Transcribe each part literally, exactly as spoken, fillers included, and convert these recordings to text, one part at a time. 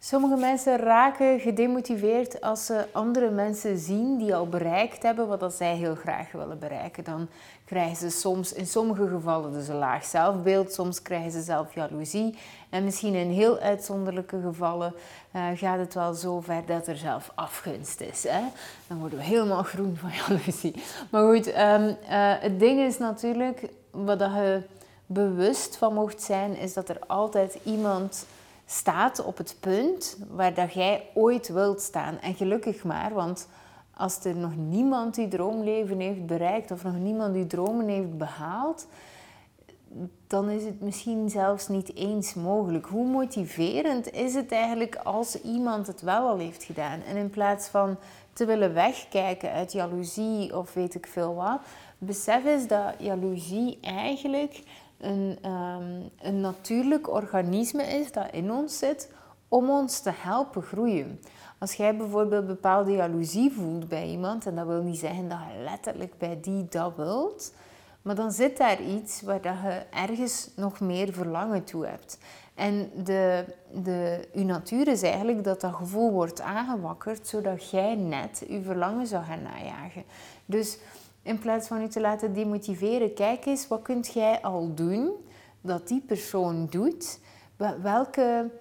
Sommige mensen raken gedemotiveerd als ze andere mensen zien die al bereikt hebben wat dat zij heel graag willen bereiken. Dan krijgen ze soms, in sommige gevallen dus een laag zelfbeeld, soms krijgen ze zelf jaloezie. En misschien in heel uitzonderlijke gevallen uh, gaat het wel zo ver dat er zelf afgunst is. Hè? Dan worden we helemaal groen van jaloezie. Maar goed, um, uh, het ding is natuurlijk, wat dat je bewust van mocht zijn, is dat er altijd iemand staat op het punt waar dat jij ooit wilt staan. En gelukkig maar, want als er nog niemand die droomleven heeft bereikt of nog niemand die dromen heeft behaald, dan is het misschien zelfs niet eens mogelijk. Hoe motiverend is het eigenlijk als iemand het wel al heeft gedaan? En in plaats van te willen wegkijken uit jaloezie of weet ik veel wat, besef eens dat jaloezie eigenlijk Een, um, een natuurlijk organisme is dat in ons zit om ons te helpen groeien. Als jij bijvoorbeeld bepaalde jaloezie voelt bij iemand, en dat wil niet zeggen dat je letterlijk bij die dat wilt, maar dan zit daar iets waar dat je ergens nog meer verlangen toe hebt. En de, de, uw natuur is eigenlijk dat dat gevoel wordt aangewakkerd, zodat jij net uw verlangen zou gaan najagen. Dus in plaats van je te laten demotiveren, kijk eens, wat kunt jij al doen dat die persoon doet? Welke,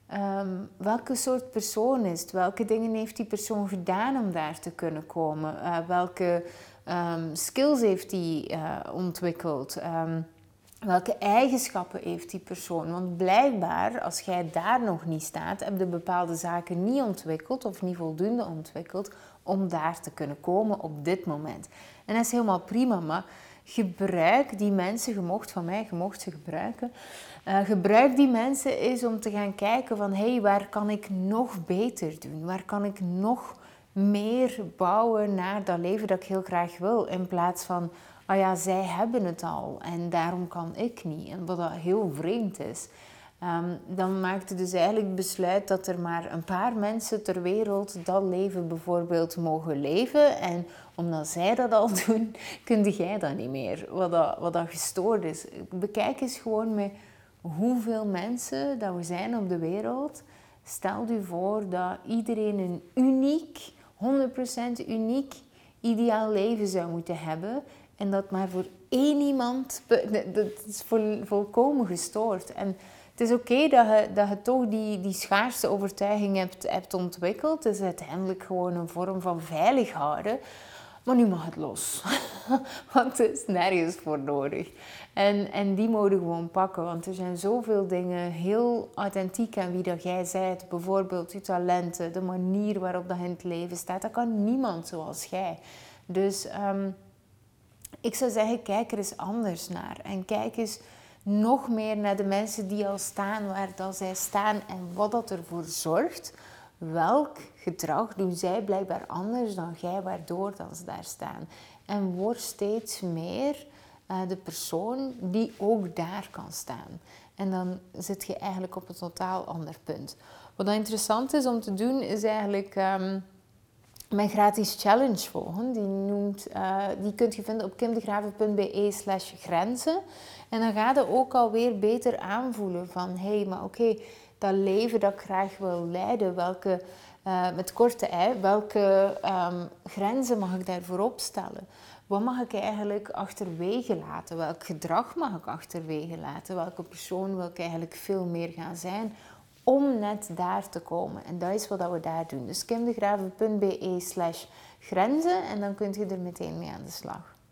um, welke soort persoon is het? Welke dingen heeft die persoon gedaan om daar te kunnen komen? Uh, welke um, skills heeft die uh, ontwikkeld? Um, welke eigenschappen heeft die persoon? Want blijkbaar, als jij daar nog niet staat, heb je bepaalde zaken niet ontwikkeld of niet voldoende ontwikkeld om daar te kunnen komen op dit moment. En dat is helemaal prima, maar gebruik die mensen, je mocht van mij, je mocht ze gebruiken. Uh, gebruik die mensen eens om te gaan kijken van, hé, hey, waar kan ik nog beter doen? Waar kan ik nog meer bouwen naar dat leven dat ik heel graag wil? In plaats van, oh ja, zij hebben het al en daarom kan ik niet. En wat dat heel vreemd is. Um, dan maakte dus eigenlijk het besluit dat er maar een paar mensen ter wereld dat leven bijvoorbeeld mogen leven. En omdat zij dat al doen, kun jij dat niet meer. Wat dat, wat dat gestoord is. Bekijk eens gewoon met hoeveel mensen dat we zijn op de wereld. Stel je voor dat iedereen een uniek, honderd procent uniek, ideaal leven zou moeten hebben. En dat maar voor één iemand, dat is vol, volkomen gestoord. En het is oké okay dat, je, dat je toch die, die schaarste overtuiging hebt, hebt ontwikkeld. Het is uiteindelijk gewoon een vorm van veilig houden. Maar nu mag het los. Want het is nergens voor nodig. En, en die mogen gewoon pakken. Want er zijn zoveel dingen heel authentiek aan wie dat jij bent. Bijvoorbeeld je talenten, de manier waarop dat in het leven staat. Dat kan niemand zoals jij. Dus um, ik zou zeggen, kijk er eens anders naar. En kijk eens nog meer naar de mensen die al staan waar dat zij staan en wat dat ervoor zorgt. Welk gedrag doen zij blijkbaar anders dan jij, waardoor dat ze daar staan. En word steeds meer uh, de persoon die ook daar kan staan. En dan zit je eigenlijk op een totaal ander punt. Wat dan interessant is om te doen, is eigenlijk Um, mijn gratis challenge volgen. Die, noemt, uh, die kunt je vinden op kimdegraven.be slash grenzen. En dan ga je ook alweer beter aanvoelen van, hé, hey, maar oké, okay, dat leven dat ik graag wil leiden, welke, uh, met korte ei, welke um, grenzen mag ik daarvoor opstellen? Wat mag ik eigenlijk achterwege laten? Welk gedrag mag ik achterwege laten? Welke persoon wil ik eigenlijk veel meer gaan zijn om net daar te komen? En dat is wat we daar doen. Dus kimdegraven.be slash grenzen en dan kun je er meteen mee aan de slag.